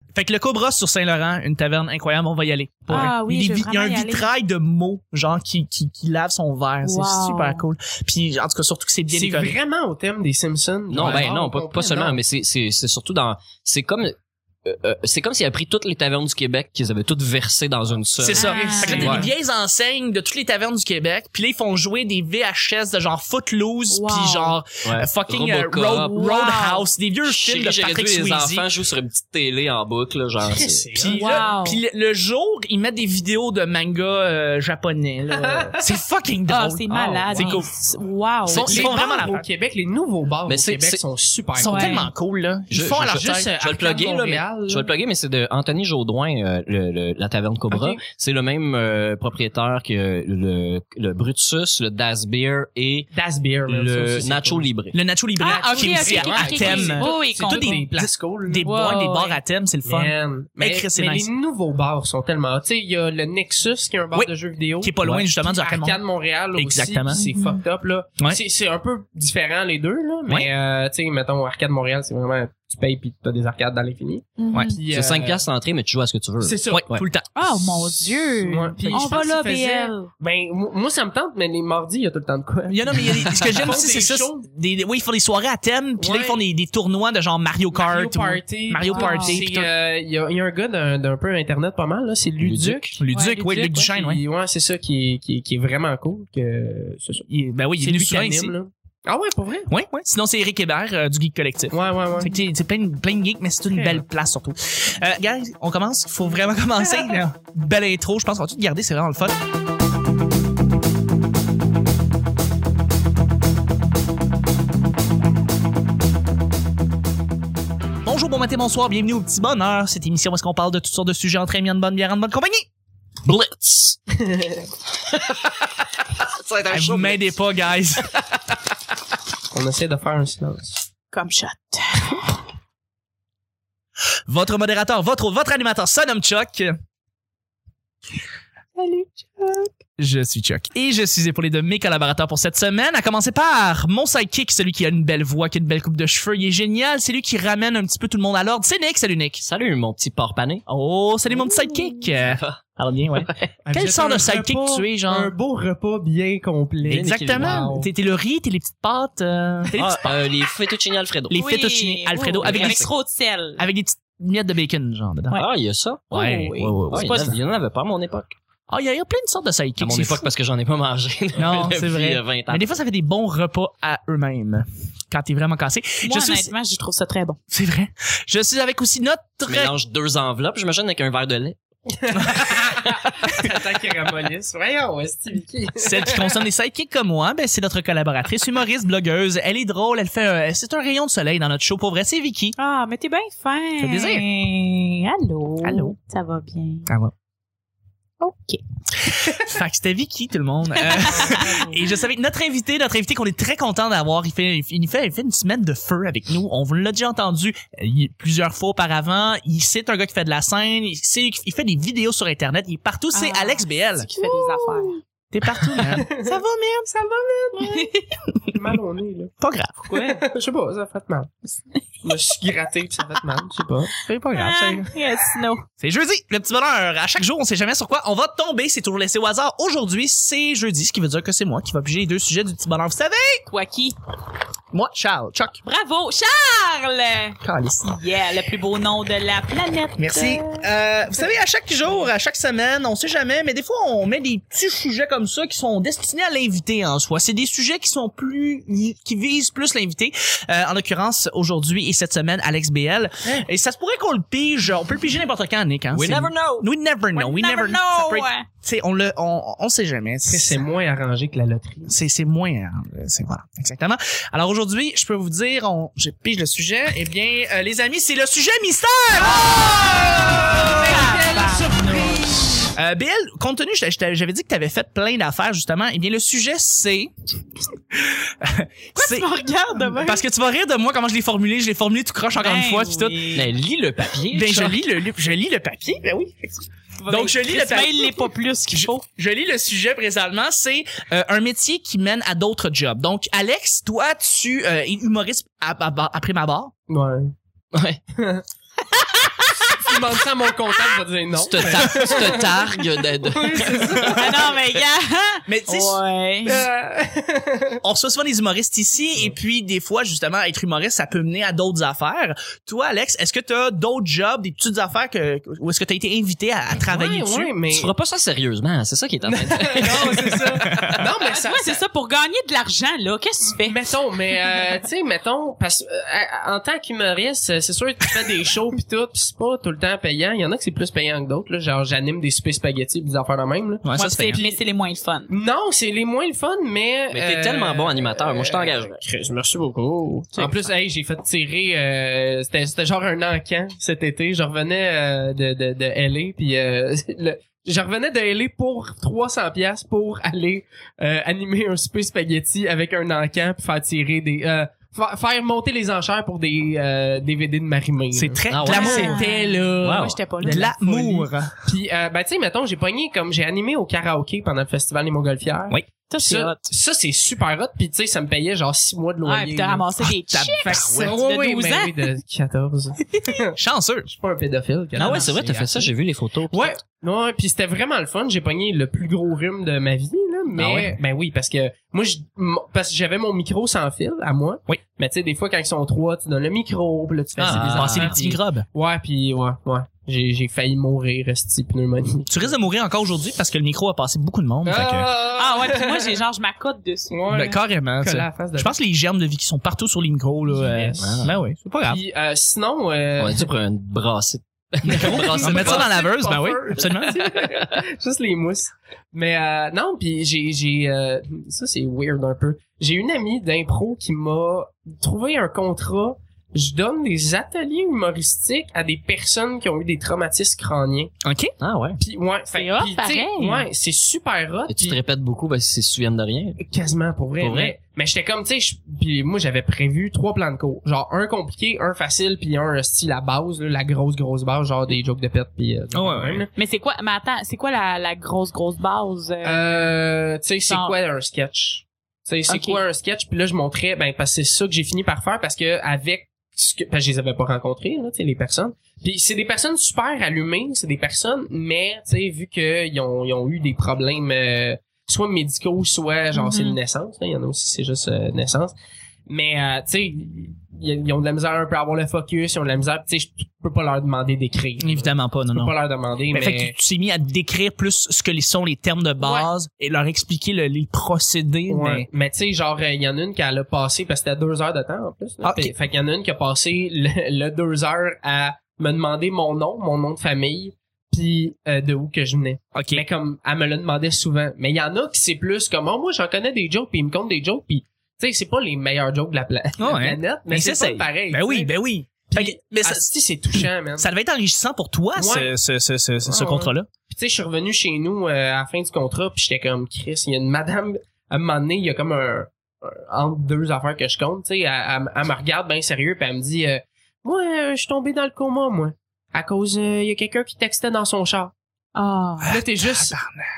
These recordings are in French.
Fait que le Cobra sur Saint-Laurent, une taverne incroyable, on va y aller. Oui, il y a un y aller. vitrail de mots, genre qui lave son verre. Wow. C'est super cool. Puis en tout cas, surtout que c'est bien C'est décoré. vraiment au thème des Simpsons. Non, pas seulement, mais c'est surtout c'est comme s'il a pris toutes les tavernes du Québec qu'ils avaient toutes versées dans une seule. C'est ça. Fait que là, t'as Ouais. des vieilles enseignes de toutes les tavernes du Québec, puis là, ils font jouer des VHS de genre Footloose, Wow. puis genre Ouais. fucking Robocop. Roadhouse, des vieux films de J'aurais Patrick dû les Swayze. enfants jouent sur une petite télé en boucle, là, genre. Puis Wow. là, puis le jour, ils mettent des vidéos de manga japonais. Là. C'est fucking drôle. Ah, c'est malade. C'est cool. Wow. Ils font vraiment la au part. Québec, les nouveaux bars Mais au c'est- Québec c'est- sont super Ils sont cool. tellement cool, là. Ils Je- font à leur je- tête. Juste, Je vais le Arcade plugger, là, mais Montréal, je vais le plugger, mais c'est de Anthony Jodoin, la taverne Cobra. Ok. C'est le même propriétaire que le Brutus, le Das Beer et Das Beer, là, ça le aussi, c'est Nacho cool. Libre. Le Nacho Libre, Ah, ok, qui est aussi ok, à ok, thème. ok. Oui, C'est tous compris. des places cool. Des Ouais, bars ouais. à thème, c'est le fun. Man. Mais Chris, c'est mais nice. les nouveaux bars sont tellement... Tu sais, il y a le Nexus, qui est un bar Oui. de jeux vidéo. Qui est pas loin, Ouais. justement, du Arcade Arcade Montréal aussi. Exactement. puis C'est fucked up, là. Ouais. C'est un peu différent, les deux, là. Mais, Ouais. tu sais, mettons, Arcade Montréal, c'est vraiment... Tu payes pis t'as des arcades dans l'infini. Ouais. Puis, C'est 5 piastres l'entrée, mais tu joues à ce que tu veux. C'est ça. Ouais, Ouais. tout le temps. Oh mon Dieu. Ouais. Puis je On pense va là, qu'il faisait- BL. Ben, moi, ça me tente, mais les mardis, il y a tout le temps de quoi. Il y en a, mais il y a des, ce que j'aime Ils font aussi, c'est des ça. shows. Oui, ils font des soirées à thème, puis là, Ouais. ils font des tournois de genre Mario Kart. Mario ou- Party. Mario Wow. Party. C'est, puis tout. il y a un gars d'un peu Internet pas mal, là. C'est Luduc. Luduc, oui, Luc Duchesne, oui. Ouais, c'est ça qui est vraiment cool. C'est ça. Ben oui, il est C'est venu lui qui souvent ici. anime, là. Ah ouais, pour vrai? Oui, oui. Sinon, c'est Eric Hébert du Geek Collectif. Ouais. Fait que c'est plein de geeks, mais c'est une Ok. belle place surtout. Guys, on commence. Faut vraiment commencer. Là. Belle intro. Je pense qu'on va tout garder. C'est vraiment le fun. Bonjour, bon matin, bonsoir. Bienvenue au Petit Bonheur. Cette émission où est-ce qu'on parle de toutes sortes de sujets entre amis, en bonne bière, en bonne compagnie. Blitz! Vous m'aidez pas, guys. On essaie de faire un silence. Comme shot. Votre modérateur, votre animateur, ça nomme Chuck. Salut. Je suis Chuck. Et je suis épaulé de mes collaborateurs pour cette semaine, à commencer par mon sidekick, celui qui a une belle voix, qui a une belle coupe de cheveux. Il est génial, c'est lui qui ramène un petit peu tout le monde à l'ordre. C'est Nick, salut Nick. Salut, mon petit porc pané. Oh, salut mon petit sidekick. Parle bien, ouais. Quel Vous êtes sort de un sidekick repas- tu es, genre? Un beau repas bien complet. Exactement. Wow. T'es le riz, t'es les petites pâtes, t'es les petites pâtes. Les fettuccini Alfredo. Les fettuccini Alfredo, avec des trop de sel. avec des petites miettes de bacon, genre, dedans. Ouais. Ah, il y a ça? Ouais, Oh, oui. Ah, ouais. il y en avait pas à mon époque. Ah, il y a plein de sortes de sidekicks. À mon c'est époque, fou. parce que j'en ai pas mangé. Non, depuis c'est vrai. 20 ans. Mais des fois, ça fait des bons repas à eux-mêmes. Quand t'es vraiment cassé. Moi, je suis, honnêtement, je trouve ça très bon. c'est vrai. Je suis avec aussi notre, Tu mélanges 2 enveloppes, j'imagine, avec un verre de lait. Attends qu'il ramollisse. Voyons, c'est Vicky. celle qui consomme des sidekicks comme moi, ben, c'est notre collaboratrice humoriste, blogueuse. Elle est drôle, elle fait, c'est un rayon de soleil dans notre show. Pour vrai, c'est Vicky. Ah, mais t'es bien fin. Ça fait plaisir. Allô. Allô. Ça va bien. Ah ouais. OK. Fait que c'était Vicky, tout le monde. Et je savais que notre invité qu'on est très content d'avoir, il fait une semaine de feu avec nous. On vous l'a déjà entendu plusieurs fois auparavant. C'est un gars qui fait de la scène. Il fait des vidéos sur Internet. Il est partout. C'est Ah, Alex BL. C'est qui fait des affaires. T'es partout, man. Ça va, man? Ça va, man. Mal au nez, là. Pas grave. Ouais. Je sais pas, ça fait mal. Je me suis gratté pis ça fait mal, je sais pas. C'est pas grave. Yes, no. C'est jeudi, le petit bonheur. À chaque jour, on sait jamais sur quoi on va tomber. C'est toujours laissé au hasard. Aujourd'hui, c'est jeudi, ce qui veut dire que c'est moi qui va piger les 2 sujets du petit bonheur. Vous savez? Toi qui? Moi, Charles, Chuck. Bravo, Charles! Calice. Yeah, le plus beau nom de la planète. Merci. Vous savez, à chaque jour, à chaque semaine, on sait jamais, mais des fois, on met des petits sujets comme ça qui sont destinés à l'invité en soi. C'est des sujets qui visent plus l'invité. En l'occurrence, aujourd'hui et cette semaine, Alex BL. Et ça se pourrait qu'on le pige. On peut le piger n'importe quand, Nick. Hein? We never know. We never know. We never know. Ça peut être- tu sais, on sait jamais. C'est moins arrangé que la loterie. C'est moins, c'est voilà, exactement. Alors aujourd'hui, je peux vous dire, je pige le sujet. Eh bien, les amis, c'est le sujet mystère. BL, compte tenu, j'avais dit que t'avais fait plein d'affaires justement. Eh bien, le sujet c'est. Tu me regardes demain? Parce que tu vas rire de moi comment je l'ai formulé. Je l'ai formulé tout croche encore une fois puis tout. Mais lis le papier. Ben je Chuck. lis le papier. Ben oui. Donc je lis le papier. papier. Il l'est pas plus qu'il faut. Je lis le sujet présentement, c'est un métier qui mène à d'autres jobs. Donc Alex, toi tu es humoriste après ma barre. Ouais. Ouais. demandes ça à mon comptable, il va dire non. Tu te targues de... Oui, c'est ça. Ah non, mais gars. Mais tu sais, Ouais. on reçoit souvent des humoristes ici, et puis des fois, justement, être humoriste, ça peut mener à d'autres affaires. Toi, Alex, est-ce que t'as d'autres jobs, des petites affaires où est-ce que t'as été invité à travailler dessus? Ouais, mais... Tu feras pas ça sérieusement, c'est ça qui est en train de non, c'est ça. Non, mais ça... Ouais, c'est ça, pour gagner de l'argent, là, qu'est-ce que tu fais? Mettons, parce en tant qu'humoriste, c'est sûr que tu fais des shows pis tout, pis c'est pas tout le temps payant. Il y en a que c'est plus payant que d'autres, là. Genre, j'anime des soupers spaghettis pis des affaires de même, là. Ouais, ça, Ouais, c'est payant. mais c'est les moins le fun. Non, c'est les moins le fun, mais... Mais t'es tellement bon animateur, moi je t'engage. Merci beaucoup. En plus, hey, j'ai fait tirer, c'était genre un encan cet été. Je revenais de LA, puis je revenais de LA pour 300 pièces pour aller animer un souper spaghetti avec un encan puis faire tirer des faire monter les enchères pour des DVD de Marie-Mé. C'est très Ah ouais. glamour. C'était là. Moi, j'étais pas là. De l'amour. Puis tu sais, mettons, j'ai animé au karaoké pendant le festival des Montgolfières. Oui. Ça, Ça c'est super hot, puis tu sais, ça me payait genre 6 mois de Ouais, loyer. pis t'as là. ramassé des chips Ouais, de oui, 12 mais ans. oui, de 14. Chanceux. Je suis pas un pédophile. Ah ouais, c'est vrai, t'as fait ça, j'ai vu les photos. pis Ouais, ouais, puis c'était vraiment le fun. J'ai pogné le plus gros rhume de ma vie là, mais Ah ouais? ben oui, parce que moi parce que j'avais mon micro sans fil à moi. Oui. Mais tu sais, des fois quand ils sont trois, tu donnes le micro, puis là tu fais Passer les affaires, petits puis- microbes. Ouais, puis ouais. J'ai failli mourir, resti pneumonie. Tu risques de mourir encore aujourd'hui parce que le micro a passé beaucoup de monde. Fait que, Ah ouais, pis moi, je m'accote dessus. ouais. ben, carrément. Coller tu sais. à la face de- Je pense que les germes de vie qui sont partout sur les micros, là. Yes. Ben oui, c'est pas grave. Puis sinon On va dire pour une brassée. On va mettre ça dans la laveuse, ben oui, Puffer. absolument. Juste les mousses. Mais non, puis j'ai ça c'est weird un peu. J'ai une amie d'impro qui m'a trouvé un contrat. Je donne des ateliers humoristiques à des personnes qui ont eu des traumatismes crâniens. OK. Ah ouais. Puis ouais, C'est hot, puis, tu sais, pareil. ouais, c'est super hot. Et tu puis- te répètes beaucoup parce qu'ils se souviennent de rien. Quasiment pour vrai. Pour vrai? Mais j'étais comme, tu sais, puis moi j'avais prévu 3 plans de cours. Genre un compliqué, un facile, puis un style à base, là, la grosse base, genre des jokes de pète, puis ouais. Mais c'est quoi, mais attends, c'est quoi la grosse base? tu sais, c'est Genre- quoi un sketch? Tu sais, c'est Ok. quoi un sketch? Puis là, je montrais, ben, parce que c'est ça que j'ai fini par faire, parce que avec parce que je les avais pas rencontrés, là, tu sais, les personnes. Puis c'est des personnes super allumées, c'est des personnes, mais, tu sais, vu qu'ils ont eu des problèmes, soit médicaux, soit, genre, c'est une naissance, là, il y en a aussi, c'est juste naissance. Mais, tu sais, ils ont de la misère un peu à avoir le focus, ils ont de la misère, tu sais, je peux pas leur demander d'écrire. Évidemment pas, non, Je peux non. pas leur demander, Mais mais... fait que tu t'es mis à décrire plus ce que sont les termes de base et leur expliquer les procédés, Ouais. Mais tu sais, genre, il y en a une qui a passé, parce que c'était 2 heures de temps en plus. Là. Ah, ok. Fait qu'il y en a une qui a passé le 2 heures à me demander mon nom de famille, puis de où que je venais. OK. Mais comme, elle me le demandait souvent. Mais il y en a qui c'est plus comme, oh, moi j'en connais des jokes, puis ils me comptent des jokes, puis tu sais, c'est pas les meilleurs jokes de la, la Ouais. planète, mais Mais c'est c'est pas pareil. Ben tu oui, sais. ben oui. Puis, Fait que- mais ça, c'est touchant, man. ça devait être enrichissant pour toi, Ouais. ce Ouais, contrat-là. Puis tu sais, je suis revenu chez nous à la fin du contrat, puis j'étais comme Chris, il y a une madame à un moment donné, il y a comme un entre 2 affaires que je compte, tu sais, elle me regarde bien sérieux, puis elle me dit moi je suis tombé dans le coma moi à cause il y a quelqu'un qui textait dans son char. Ah. Puis là t'es juste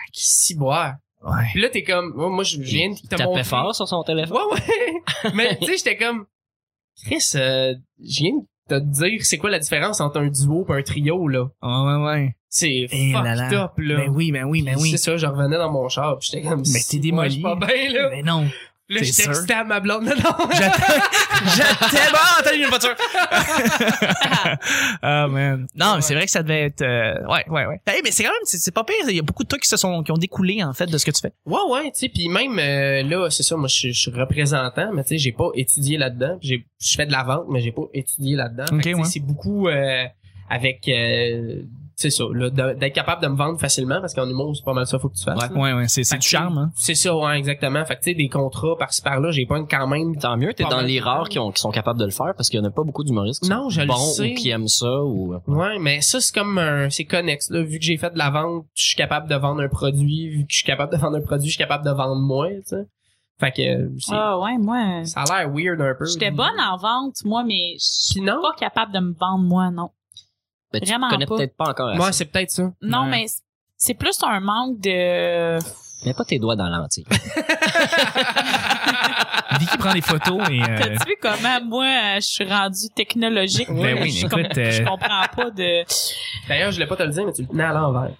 si boire. Ouais. Puis là t'es comme moi je viens de te Tapait montrer. fort sur son téléphone. Ouais. Mais tu sais, j'étais comme Chris, je viens de te dire c'est quoi la différence entre un duo et un trio là. Ouais. C'est Eh là fucked là. up là. Ben oui. C'est ça, je revenais dans mon char, pis j'étais comme Mais t'es démoli. je suis pas bien là. Mais non. Puis là, t'es je sûr? textais à ma blonde. Non. J'attends. Ah, attends, il y a une voiture. Ah, man. Non, mais c'est vrai que ça devait être, ouais. Hey, mais c'est quand même, c'est pas pire. Il y a beaucoup de trucs qui ont découlé, en fait, de ce que tu fais. Ouais, tu sais, puis même là, c'est ça, moi je suis représentant, mais tu sais, j'ai pas étudié là-dedans. Je fais de la vente, mais j'ai pas étudié là-dedans. Ok, Fait que, tu sais, ouais. c'est beaucoup avec c'est ça, là, d'être capable de me vendre facilement, parce qu'en humour, c'est pas mal ça, faut que tu fasses. là. Ouais, c'est Fait du que, charme, hein. C'est ça, ouais, exactement. Fait que tu sais, des contrats par-ci par-là, j'ai pas quand même. Tant mieux, t'es Pas dans mal. les rares qui sont capables de le faire parce qu'il y en a pas beaucoup d'humoristes qui Non, je sont le bons sais. ou qui aiment ça ou Ouais, mais ça, c'est comme c'est connexe, là. Vu que j'ai fait de la vente, je suis capable de vendre un produit. Vu que je suis capable de vendre un produit, je suis capable de vendre moi, tu sais. Fait que, Ah ouais, moi, ça a l'air weird un peu. j'étais bonne en vente, moi, mais je suis Puis non? pas capable de me vendre, moi, non. ben, tu Vraiment connais pas. peut-être pas encore Ouais, assez. c'est peut-être ça. Non, Ouais. mais c'est plus un manque de... Mets pas tes doigts dans l'entier. Vicky prend des photos et... T'as-tu vu comment, moi, je suis rendue technologique? Ben oui, je, écoute, je comprends pas de... D'ailleurs, je voulais pas te le dire, mais tu le tenais à l'envers.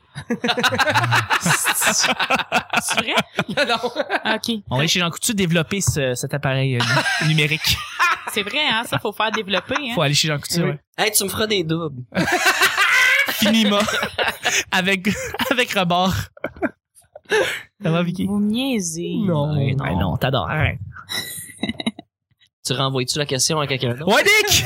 C'est vrai? Non. OK. On va aller chez Jean Coutu développer cet appareil numérique. C'est vrai, hein? Ça, faut faire développer, hein? Faut aller chez Jean Coutu, ouais. Hey, tu me feras des doubles. Finima. avec rebord. Ça va, Vicky? Vous me niaisez. Non. Ouais, non, t'adores. Arrête. Tu renvoies-tu la question à quelqu'un d'autre? Ouais, Dick!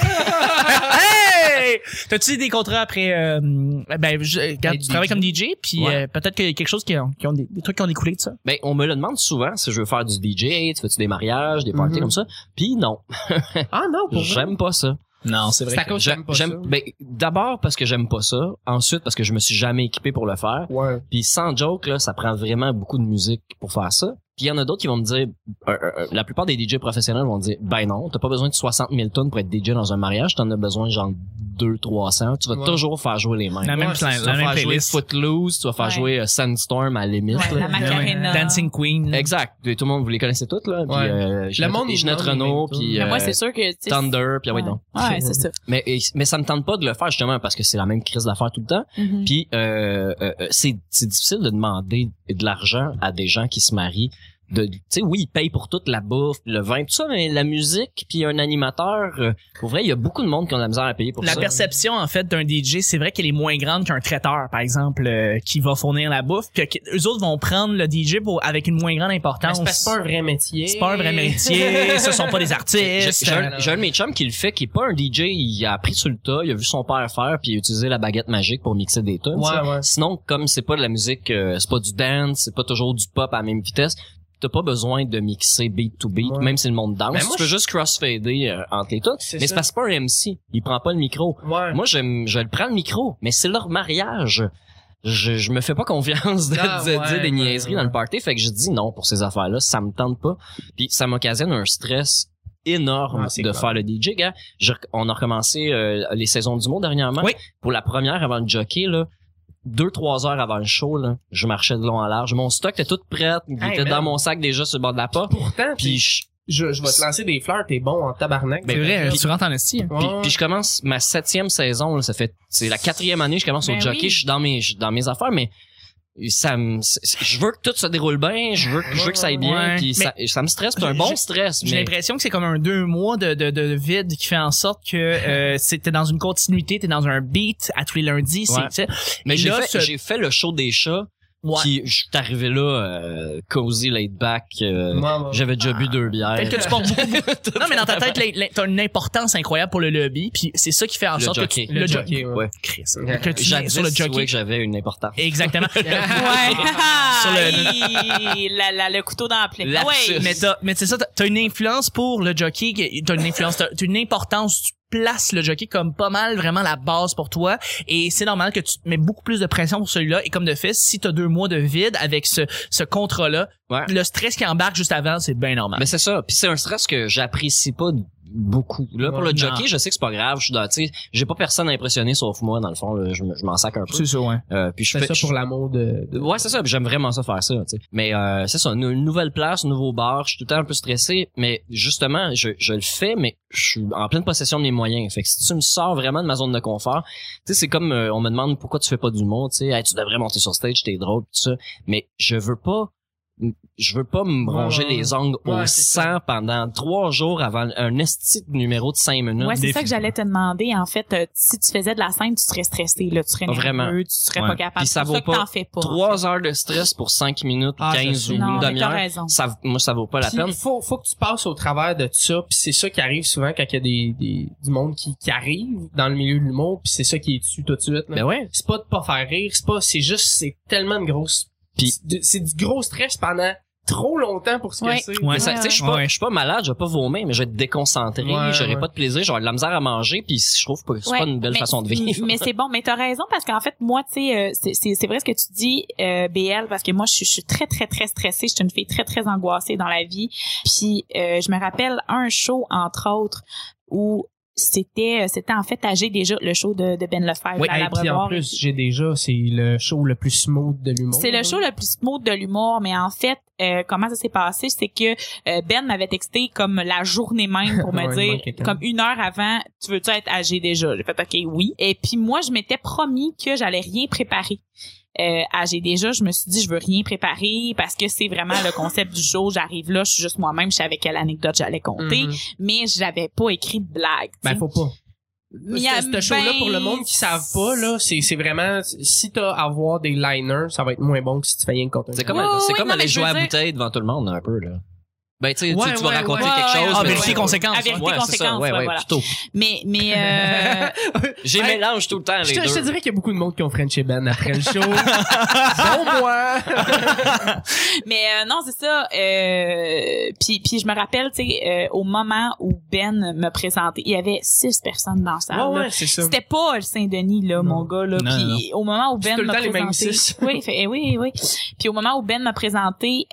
Hey! T'as-tu des contrats après, regarde, tu travailles comme DJ, puis Ouais. peut-être qu'il y a quelque chose qui ont des trucs qui ont découlé de ça. Ben, on me le demande souvent si je veux faire du DJ, tu fais-tu des mariages, des parties comme ça? Puis non, Ah non, pour vrai. j'aime pas ça. Non, c'est C'est à cause que j'aime pas ça. Ben, d'abord parce que j'aime pas ça, ensuite parce que je me suis jamais équipé pour le faire. Ouais. Puis sans joke là, ça prend vraiment beaucoup de musique pour faire ça. Puis il y en a d'autres qui vont me dire, la plupart des DJ professionnels vont dire, ben non, t'as pas besoin de 60 000 tonnes pour être DJ dans un mariage, t'en as besoin genre 200-300. Tu vas Ouais. toujours faire jouer les mêmes. La même, Ouais, c'est Tu ça. vas la même faire jouer playlist. Footloose, tu vas faire Ouais. jouer Sandstorm à la limite. Ouais, là. la Macarena. Dancing Queen. Exact. Et tout le monde, vous les connaissez toutes là. Puis, Ouais. Ginette- monde, il Ginette nomme les Renault, mêmes puis tunes. Mais moi, c'est sûr que... tu sais, Thunder, puis ah oui ouais. donc. Ouais, c'est ça. Mais ça me tente pas de le faire justement parce que c'est la même crise d'affaires tout le temps. Mhm. Puis c'est difficile de demander de l'argent à des gens qui se marient. Tu sais, oui, ils payent pour toute la bouffe, le vin, tout ça, mais la musique, puis un animateur, pour vrai, il y a beaucoup de monde qui ont de la misère à payer pour La ça. perception, en fait, d'un DJ, c'est vrai qu'elle est moins grande qu'un traiteur, par exemple, qui va fournir la bouffe, puis eux autres vont prendre le DJ avec une moins grande Mais importance. c'est parce que c'est pas un vrai métier. C'est pas un vrai métier, ce sont pas des J'ai artistes. j'ai un de mes chums qui le fait, qui est pas un DJ, il a appris sur le tas, il a vu son père faire, puis il a utilisé la baguette magique pour mixer des tunes. Ouais, ouais. Sinon, comme c'est pas de la musique, c'est pas du dance, c'est pas toujours du pop à la même vitesse, t'as pas besoin de mixer beat to beat, Ouais. même si le monde danse. Ben, moi, tu peux juste crossfader entre les tunes. C'est Mais ça. c'est parce que c'est pas un MC, il prend pas le micro. Ouais. Moi, je le prends le micro, mais c'est leur mariage. Je me fais pas confiance de Ah, dire ouais, des niaiseries ouais. dans le party, fait que je dis non pour ces affaires-là, ça me tente pas. Puis ça m'occasionne un stress énorme Ouais, c'est de clair. faire le DJ, gars. On a recommencé les saisons du mot dernièrement. Oui. Pour la première avant le jockey, là, 2-3 heures avant le show, là, je marchais de long en large. Mon stock était tout prêt, il Hey, était man. dans mon sac déjà sur le bord de la porte. Pourtant, Puis je vais te lancer des fleurs, t'es bon en tabarnak. C'est vrai, tu rentres en esti. Hein. Puis je commence ma 7e saison, là, c'est la 4e année, je commence au Ben jockey, oui. je suis dans mes affaires, mais je veux que tout se déroule bien, je veux que ça aille bien, Ouais. puis ça me stresse, c'est un bon stress, J'ai mais l'impression que c'est comme un 2 mois de vide qui fait en sorte que t'es dans une continuité, t'es dans un beat à tous les lundis. Ouais. C'est, mais et j'ai là, j'ai fait le show des chats, Ouais. puis je suis arrivé là cozy laid back, j'avais déjà bu 2 bières. Peut-être que tu portes beaucoup. Non, mais dans ta tête, t'as une importance incroyable pour le lobby, puis c'est ça qui fait en Le sorte jockey. que tu, le jockey. jockey, ouais. Chris. Ouais. Que tu viens Jadis, sur le oui, jockey. que j'avais une importance. Exactement. Ouais. Sur le couteau dans la plaie. Lapsus. Ouais. Mais c'est ça, t'as une influence pour le jockey, t'as une influence, t'as une importance, tu places le jockey comme pas mal vraiment la base pour toi, et c'est normal que tu mets beaucoup plus de pression pour celui-là, et comme de fait, si t'as 2 mois de vide avec ce contrat-là, Ouais. le stress qui embarque juste avant, c'est bien normal. Mais c'est ça. Puis c'est un stress que j'apprécie pas beaucoup. Là, pour le Non. jockey, je sais que c'est pas grave. Je suis dans, tu sais, j'ai pas personne à impressionner sauf moi, dans le fond. Là, je m'en sac un peu. C'est ça, ouais. Puis je fais fais ça pour l'amour de... Ouais, c'est ça. Puis j'aime vraiment ça faire ça. Tu sais. Mais c'est ça. Une nouvelle place, un nouveau bar. Je suis tout le temps un peu stressé. Mais justement, je le fais, mais je suis en pleine possession de mes moyens. Fait que si tu me sors vraiment de ma zone de confort, tu sais, c'est comme on me demande pourquoi tu fais pas d'humour. Tu sais, hey, tu devrais monter sur stage, t'es drôle, tout ça. Mais je veux pas me ronger Ouais. les ongles au Ouais, c'est sang pendant 3 jours avant un esti de numéro de 5 minutes. Ouais, c'est ça que j'allais te demander. En fait, si tu faisais de la scène, tu serais stressé, là. Tu serais nerveux, Vraiment. tu serais Ouais. pas capable. Puis ça C'est pour vaut ça que pas t'en fais pas. 3 heures de stress pour 5 minutes, Ah, 15 ou Non, une mais t'as demi-heure. raison. Moi, ça vaut pas la Puis, peine. faut que tu passes au travers de ça, puis c'est ça qui arrive souvent quand il y a du monde qui arrive dans le milieu de l'humour, puis c'est ça qui est dessus tout de suite. Là. Ben ouais. C'est pas de pas faire rire, c'est tellement de grosse... Puis- c'est du gros stress pendant trop longtemps pour ce que Ouais. c'est. Ouais. Mais ça, tu sais, je suis pas malade, je vais pas vomir, mais je vais être déconcentré, Ouais, j'aurai ouais. pas de plaisir, j'aurai de la misère à manger, puis je trouve que c'est Ouais, pas une belle mais- façon de vivre. Mais c'est bon, mais t'as raison parce qu'en fait, moi, tu sais, c'est vrai ce que tu dis, BL, parce que moi, je suis très, très, très stressée. Je suis une fille très, très angoissée dans la vie. Puis, je me rappelle un show, entre autres, où c'était en fait âgé déjà le show de Ben Lefebvre Oui, à Et puis en l'Abreuvoir. plus, c'est le show le plus smooth de l'humour. C'est le show le plus smooth de l'humour, mais en fait, comment ça s'est passé, c'est que Ben m'avait texté comme la journée même pour me dire, comme 1 heure avant, tu veux-tu être âgé déjà? J'ai fait OK, oui. Et puis moi, je m'étais promis que j'allais rien préparer. J'ai déjà, je me suis dit, je veux rien préparer parce que c'est vraiment le concept du show. J'arrive là, je suis juste moi-même, je savais quelle anecdote j'allais compter, mais j'avais pas écrit de blague. Ben, faut pas. Ce show-là, Ben, pour le monde qui savent pas, là, c'est vraiment, si t'as à avoir des liners, ça va être moins bon que si tu fais rien de contenu. C'est comme, Ouais, comme non, aller mais je jouer veux à dire- bouteille devant tout le monde, un peu, là. Ben, tu sais, Ouais, tu vas ouais, raconter ouais. quelque chose. Ah, mais vérité, ouais, conséquence. À vérité, ouais, c'est ça, conséquence, ouais, voilà. plutôt. Mais J'ai Ouais. mélange tout le temps les Je te deux. dirais qu'il y a beaucoup de monde qui ont Frenché Ben après le show. Bon, moi! Mais non, c'est ça. Puis je me rappelle, tu sais, au moment où Ben me présentait, il y avait 6 personnes dans la salle. là. Ouais, c'est ça. C'était pas le Saint-Denis, là, mon gars, là. Non, Puis au moment où Ben tout le m'a temps les mêmes présenté... 6. Oui. Puis au moment où Ben m'a présenté,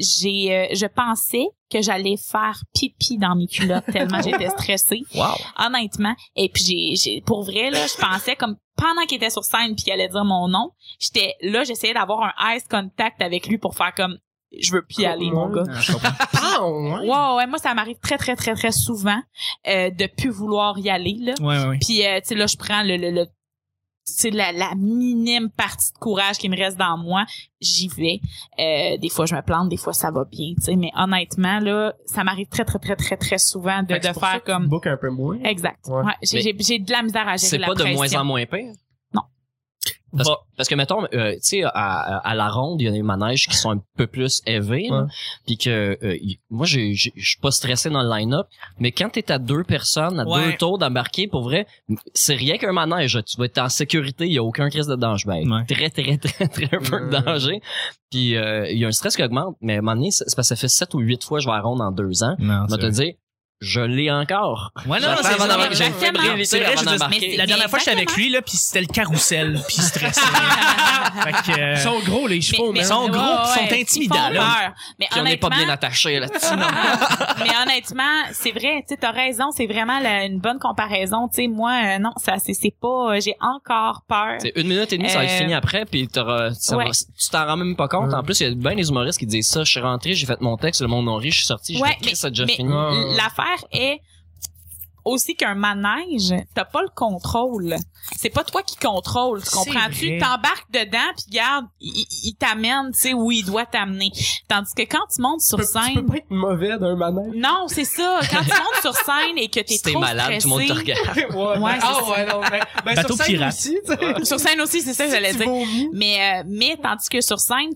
je pensais que j'allais faire pipi dans mes culottes tellement j'étais stressée. Wow. Honnêtement. Et puis j'ai pour vrai, là, je pensais comme pendant qu'il était sur scène puis qu'il allait dire mon nom, j'essayais d'avoir un eye contact avec lui pour faire comme je veux plus y aller, mon gars. Je comprends. Ah, ouais. Ouais, moi ça m'arrive très très très très souvent de plus vouloir y aller là. Ouais. Puis tu sais là je prends le c'est la minime partie de courage qui me reste dans moi, j'y vais. Des fois je me plante, des fois ça va bien, tu sais, mais honnêtement là, ça m'arrive très très très très très souvent de C'est pour ça faire que tu comme book un peu moins. exact. Ouais. Ouais, j'ai de la misère à gérer C'est la pas de pression. moins en moins pire? Non. Parce que mettons, tu sais, à la ronde, il y a des manèges qui sont un peu plus élevés, Ouais. puis que moi, je suis pas stressé dans le line-up, mais quand t'es à 2 personnes, à Ouais. 2 tours d'embarquer, pour vrai, c'est rien qu'un manège. Tu vas être en sécurité, il y a aucun crise de danger. Ben, Ouais. très peu de danger. Puis il y a un stress qui augmente, mais à un moment donné, c'est parce que ça fait 7 ou 8 fois que je vais à la ronde en 2 ans. Non, Je vais te dire, je l'ai encore. Ouais, non, J'attends c'est avant ça. d'embarquer. J'ai Exactement. fait briller C'est vrai, avant je veux dire, d'embarquer. la dernière fois que j'étais avec lui, là, pis c'était le carrousel, pis il stressait. Fait que, Ils sont gros, les chevaux, mais man. ils sont gros, pis ils sont ils intimidants, font là. peur. Mais Puis on n'est pas honnêtement, bien attaché là-dessus. mais honnêtement, c'est vrai, tu sais, t'as raison, c'est vraiment une bonne comparaison. Tu sais, moi, non, ça, c'est pas, j'ai encore peur. C'est 1 minute et demie, ça va être fini après, puis Ouais. tu t'en rends même pas compte. En plus, il y a bien des humoristes qui disent ça. Je suis rentré, j'ai fait mon texte, le monde en rit, je suis sorti, j'ai Ouais, fait, Chris, ça a déjà mais fini. Ouais. l'affaire est aussi qu'un manège, t'as pas le contrôle. C'est pas toi qui contrôle, tu C'est comprends-tu? vrai. T'embarques dedans, puis regarde, il t'amène, tu sais, où il doit t'amener. Tandis que quand tu montes sur Tu scène... peux pas être mauvais d'un manège. Non, c'est ça. Quand tu montes sur scène et que t'es Si t'es trop malade, stressé... tout le monde te regarde. Ouais, c'est ah, ça. ouais, non, ben Bateau sur scène pirate. aussi, tu sais. Sur scène aussi, c'est ça que j'allais Tu dire. vomis. Mais tandis que sur scène,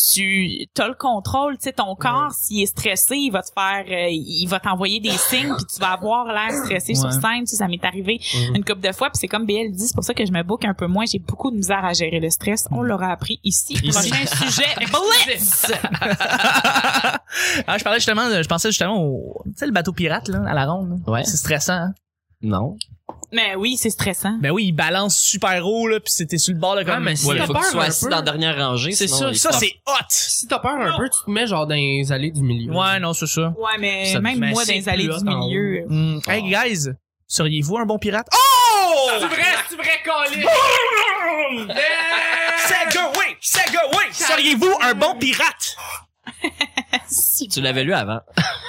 tu as le contrôle, tu sais, ton corps, s'il est stressé, il va te faire, il va t'envoyer des signes, puis tu vas avoir l'air stressé sur Ouais. scène. Tu sais, ça m'est arrivé une couple de fois, puis c'est comme BL dit, c'est pour ça que je me book un peu moins. J'ai beaucoup de misère à gérer le stress. On l'aura appris ici. Prochain sujet, Blitz. Ah, je pensais justement au, tu sais, le bateau pirate, là, à la ronde. Là. Ouais. C'est stressant, hein? Non. Mais oui, c'est stressant. Ben oui, il balance super haut, là, pis c'était sur le bord, là, comme... mais si Ouais, t'as faut que tu peur sois un assis peu, dans la dernière rangée. c'est sinon, ça, il ça, frappe. c'est hot! Si t'as peur un peu, tu te mets genre dans les allées du milieu. Ouais, non, c'est ça. Ouais, mais Ça- même mais moi, dans c'est les allées plus du hot en milieu... Hey, guys, seriez-vous un bon pirate? Oh! C'est vrai, Colin! Segway! Seriez-vous un bon pirate? Si. Tu l'avais lu avant.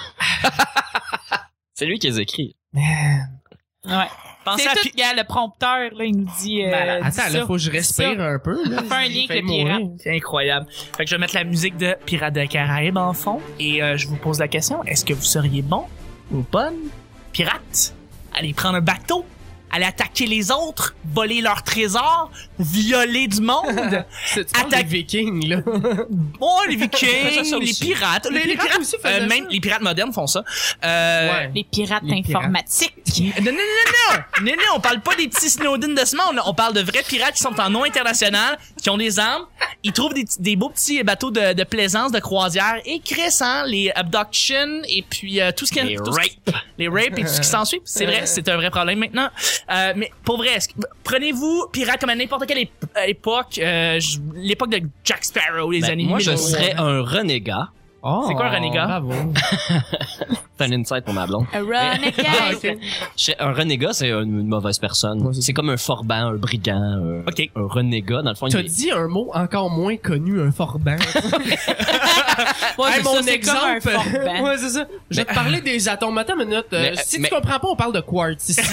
C'est lui qui les écrit. Ouais. Pensez C'est à tout, gars, le prompteur, là, il nous dit... Malade. dis Attends, ça. là, faut que je respire Ça. un peu, là. Fais un lien avec Fait le pirate. mourir. C'est incroyable. Fait que je vais mettre la musique de Pirates des Caraïbes en fond et je vous pose la question, est-ce que vous seriez bon ou bonne pirate? Allez prendre un bateau, aller attaquer les autres, voler leurs trésors, violer du monde. Tu parles des Vikings, là. Bon, les Vikings, ça les aussi. pirates, les pirates pirates aussi faisaient même ça. les pirates modernes font ça. Ouais. Les pirates Les pirates. informatiques. Non, on parle pas des petits Snowden de ce monde, là. On parle de vrais pirates qui sont en eau internationale, qui ont des armes, ils trouvent des beaux petits bateaux de plaisance, de croisière, et Chris, hein, les abductions, et puis tout ce qui Les les rapes et tout ce qui s'ensuit. C'est vrai, c'est un vrai problème maintenant. Mais pour vrai, prenez-vous pirate comme à n'importe quelle époque, l'époque de Jack Sparrow, les Ben, années moi, je 1900. serais un renégat. Oh, C'est quoi un renégat? Bravo. C'est un insight pour ma blonde. A renegade. Un renégat, c'est une mauvaise personne. Ouais, c'est C'est comme un forban, un brigand, OK. un renégat. Dans le fond, T'as il est- dit un mot encore moins connu, un forban. Ouais, Hey, c'est mon ça, c'est comme un exemple. forban. Ouais, c'est ça. Je vais te parler des atomes. Attends une minute. Si mais- tu comprends pas, on parle de quartz ici.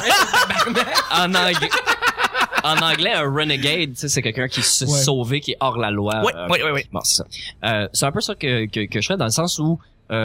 en anglais, un renegade, tu sais, c'est quelqu'un qui s'est Ouais. sauvé, qui est hors la loi. Oui. Bon, c'est ça. C'est un peu ça que je ferais dans le sens où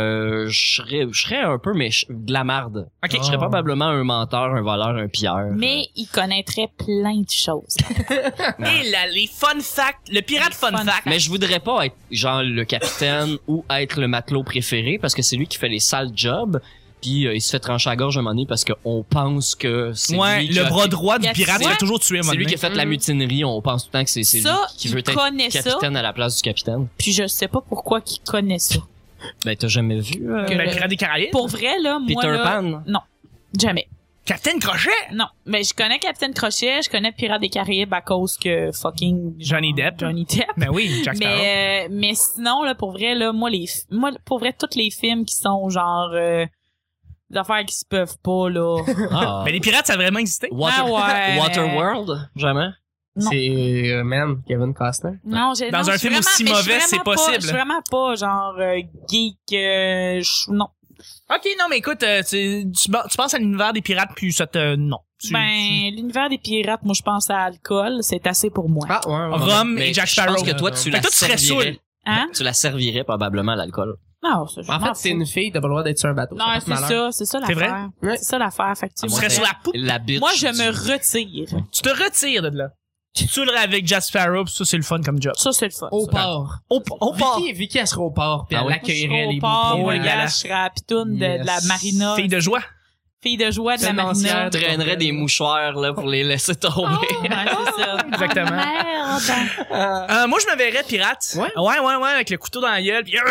je serais un peu de la marde. OK. Je serais probablement un menteur, un voleur, un pilleur. Mais il connaîtrait plein de choses. Et là, les fun facts, le pirate fun fact. Mais je voudrais pas être genre le capitaine ou être le matelot préféré parce que c'est lui qui fait les sales jobs. Puis il se fait trancher à la gorge un moment donné parce qu'on pense que c'est Ouais, lui qui le a bras fait- droit du Ouais. pirate, il a toujours tué un c'est moment lui qui donné. a fait la mutinerie. On pense tout le temps que c'est lui Ça, qui il veut être connaît ça. capitaine à la place du capitaine. Puis je sais pas pourquoi qu'il connaît ça. Ben t'as jamais vu Que Ben, le- Pirate des Caraïbes. Pour vrai, là, moi, Peter là... Pan? Non. Jamais. Capitaine Crochet. Non. Mais je connais Capitaine Crochet, je connais Pirates des Caraïbes à cause que fucking... Johnny Depp. Johnny Depp. Ben oui, Jack Sparrow. Mais sinon, là, pour vrai, là, moi, pour vrai, tous les films qui sont genre... des affaires qui se peuvent pas, là. Ah. Mais les pirates, ça a vraiment existé. Ah ouais. Waterworld? Jamais? Non. C'est, man, Kevin Costner. Non, Dans non, un je suis film aussi mais je suis mauvais, c'est vraiment pas- possible. Je suis vraiment pas genre geek. Non. OK, non, mais écoute, tu penses à l'univers des pirates, puis ça te... Non. L'univers des pirates, moi, je pense à alcool. C'est assez pour moi. Ah, ouais. Rome Mais et Jack je Sparrow. pense que toi, tu Fait la que toi, tu serais servirais. saoul. Hein? Tu la servirais probablement à l'alcool. Non, ça, je En m'en fait, c'est fous. une fille, t'as pas le droit d'être sur un bateau. Non, porte c'est malheur. ça C'est vrai? l'affaire. Ouais. C'est ça l'affaire. Fait que Tu tu serais sur la poupe. La bitch. moi, je me retire. Tu te retires de là. Tu saoulerais avec Jack Sparrow, pis ça, c'est le fun comme job. Ça, c'est le fun. Au ça. port. Au port. Vicky, elle sera au port, puis Ah elle oui? accueillerait les Au port, bouteilles. ouais, moi, gala. je serais à pitoune de la Yes. marina. Fille de joie. Fille de joie de la Tenancière marina. de- traînerais des mouchoirs là pour les laisser tomber. Ouais, c'est ça. Exactement. Oh, merde. Moi, je me verrais pirate. Ouais? Ouais, avec le couteau dans la gueule, puis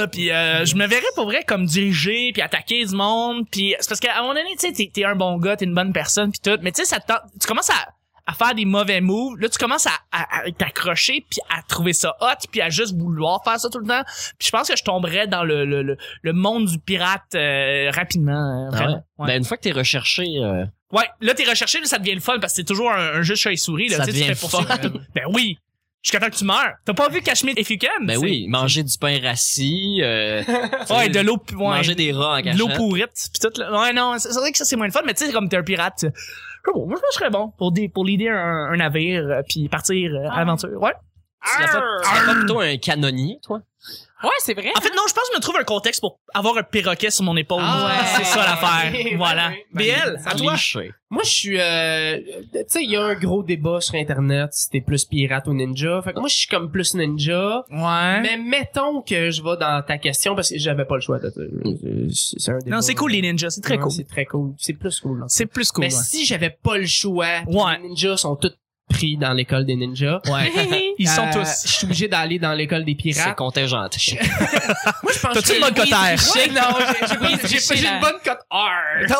je me verrais pour vrai comme diriger, puis attaquer du monde, puis c'est parce qu'à un moment donné, tu sais, t'es un bon gars, t'es une bonne personne, puis tout, mais tu sais, tu commences à faire des mauvais moves, là tu commences à t'accrocher puis à trouver ça hot puis à juste vouloir faire ça tout le temps. Puis je pense que je tomberais dans le monde du pirate rapidement, vraiment. Ah ouais? Ben une fois que t'es recherché, Ouais, là t'es recherché, là ça devient le fun parce que c'est toujours un jeu de chat et souris là, Ça tu sais, tu devient fais poursuivre fun. tout. Ben oui. Jusqu'à temps que tu meurs. T'as pas vu Catch Me If You Can? ben c'est- oui, manger du pain rassis, Ouais, de l'eau, ouais, manger des rats en de l'eau cachette. pourrite pis tout là. Ouais, non, c'est vrai que ça c'est moins le fun, mais tu sais comme t'es un pirate. Bon, moi je pense que je serais bon pour leader un navire puis partir à l'aventure. Ouais. Tu serais pas plutôt un canonnier, toi? Ouais, c'est vrai. En fait, non, je pense que je me trouve un contexte pour avoir un perroquet sur mon épaule. Ah, ouais. C'est ça l'affaire. Ouais, Voilà. ouais. BL, à toi. Cliché. Moi, je suis, tu sais, il y a un gros débat sur Internet si t'es plus pirate ou ninja. Fait que moi, je suis comme plus ninja. Ouais. Mais mettons que je vais dans ta question parce que j'avais pas le choix de c'est un débat. Non, c'est cool les ninjas, c'est très Ouais, cool. C'est très cool. C'est plus cool. C'est plus cool. Mais si j'avais pas le choix, puis Ouais. les ninjas sont tous pris dans l'école des ninjas. Ouais. Ils sont tous. Je suis obligé d'aller dans l'école des C'est pirates. contingenté. Moi, je pense T'as-tu une bonne que... cote R? Ouais, non, triché, j'ai là. une bonne cote R.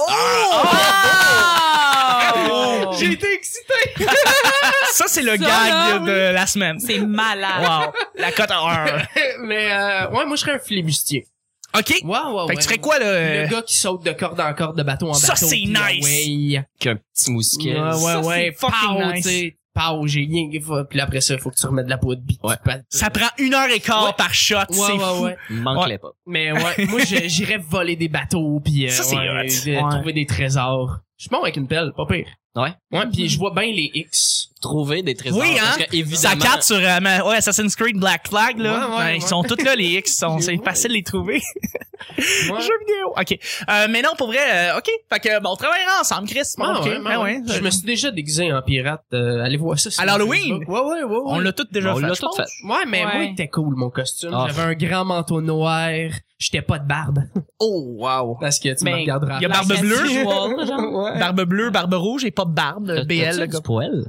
Oh! J'ai été excité. Ça, c'est le Ça, gag là, de la semaine. C'est malade. Wow. La cote R. Mais ouais, moi, je serais un flibustier. OK. Ouais. Fait que tu ferais quoi, là? Le gars qui saute de corde en corde, de bateau en Ça, bateau. c'est puis nice. Ouais. Qu'un petit mousquet. Ouais, ouais, fucking Pow, nice. tu sais, pow, j'ai rien. Puis après ça, il faut que tu remettes de la poudre. Puis Ouais. tu pètes. Ça prend 1h15 Ouais. par shot. C'est fou. Ouais. Manque-les pas. Mais ouais, moi, j'irais voler des bateaux. Puis Ça, c'est hot. Ouais. trouver des trésors. Je suis bon avec une pelle, pas pire. Ouais. Ouais, puis je vois bien les X. Trouver des trésors. Oui, hein? Parce que, Ça évidemment, carte sur Assassin's Creed Black Flag, là. Ouais, Ils sont tous là, les X. C'est Ouais. facile de les trouver. Ouais. Jeux vidéo. OK. Mais non, pour vrai, OK. Fait que, bon, on travaillera ensemble, Chris. Bon, Ah OK. ouais, Ben ouais. Je me suis déjà déguisé en pirate. Allez voir ça. sur À l'Halloween? Facebook. Ouais. On l'a tous déjà on fait. l'a je tout pense. fait. Ouais, mais Ouais. moi, il était cool, mon costume. Ah. J'avais un grand manteau noir. J'étais pas de barbe. Oh, wow. Parce que tu Ben, me regarderas. Il y a barbe bleue. Ouais. Barbe bleue, barbe rouge et pas de barbe. BL, T'as-tu le du gars. poil?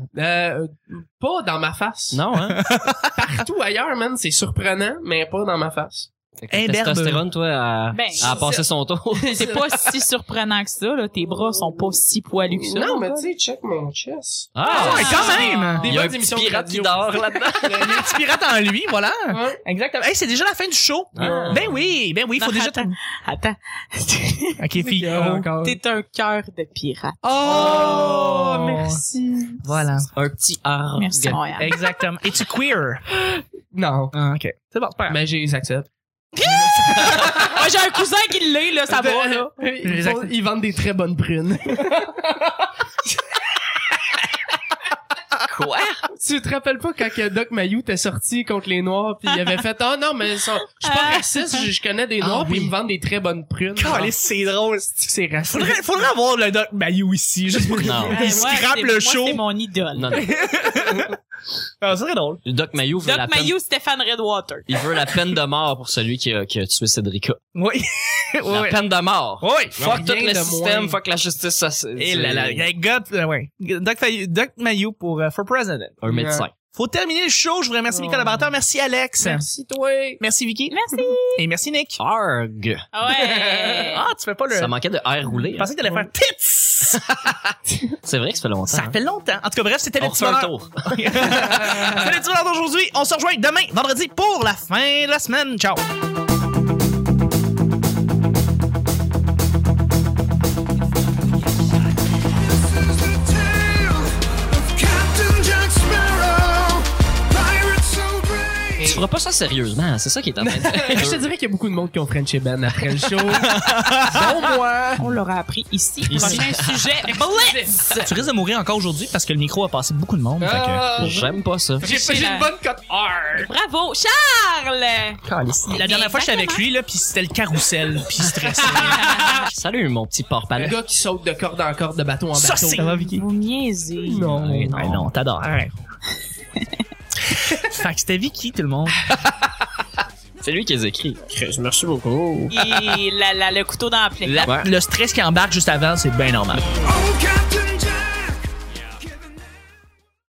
Pas dans ma face. Non, hein? Partout ailleurs, man, c'est surprenant, mais pas dans ma face. Imberbe. Testostérone, toi, à passer son tour. C'est pas si surprenant que ça, là. Tes bras sont pas si poilus que ça. Non, mais tu sais, check mon chest. Ah, ouais, quand même! Il y a un bonnes petit émissions de pirate qui radio. dort là-dedans. Il y a un petit pirate en lui, voilà. Ouais. Exactement. Hey, c'est déjà la fin du show. Ah. Ben oui, faut Non, déjà... Attends. Ok, fille. Encore. T'es un cœur de pirate. Oh, merci. Voilà. Un petit argue. Merci, Montréal. Exactement. Es-tu queer? Non. Ah, ok. C'est bon, c'est pas grave. Mais j'ai les accepte. Moi, j'ai un cousin qui l'est, là, ça va, là. Ils vendent des très bonnes prunes. Quoi? Tu te rappelles pas quand que Doc Mayou t'es sorti contre les Noirs pis il avait fait « Ah non, mais je suis pas raciste, je connais des Noirs pis ils me vendent des très bonnes prunes. » Caliste, c'est drôle. C'est raciste. Faudrait avoir le Doc Mayou ici, juste pour qu'il Non. scrape le show. Moi, c'est mon idole. Non, non. Ah, ça serait drôle. Le Doc Mayou veut la Doc peine. Mayou, Stéphane Redwater. Il veut la peine de mort pour celui qui a tué Cédrica. Oui. La Oui. peine de mort. Oui. Fuck tout Rien le de système, moins. fuck la justice, ça c'est. Et là, là, ouais. Doc Mayou pour for president. Un médecin. Faut terminer le show. Je vous remercie mes collaborateurs. Merci Alex. Merci toi. Merci Vicky. Merci. Et merci Nick. Arg. Ouais. Ah, tu fais pas le... Ça manquait de air roulé. Je pensais que t'allais faire tits. C'est vrai que ça fait longtemps. Ça fait longtemps. En tout cas, bref, c'était On le petit refait un bonheur. tour. C'était le petit bonheur d'aujourd'hui. On se rejoint demain, vendredi, pour la fin de la semaine. Ciao. Tu feras pas ça sérieusement, c'est ça qui est en train de Je te dirais qu'il y a beaucoup de monde qui ont Frenché Ben après le show. Bon, moi. On l'aura appris ici. Prochain sujet, Blitz! Tu risques de mourir encore aujourd'hui parce que le micro a passé beaucoup de monde. Ah. J'aime pas ça. J'ai une bonne cote R. Bravo, Charles! La dernière fois, j'étais avec lui, là, pis c'était le carrousel, pis stressé. Salut mon petit Le porc-palais. gars qui saute de corde en corde, de bateau en Ça, bateau. c'est- Ça va, Vicky? Vous niaisez. Non. Ouais, non. Ben non, t'adores. Fait que c'était Vicky, tout le monde. C'est lui qui les écrit. Merci beaucoup. Et le couteau dans la plaie. Le stress qui embarque juste avant, c'est bien normal. Oh, Captain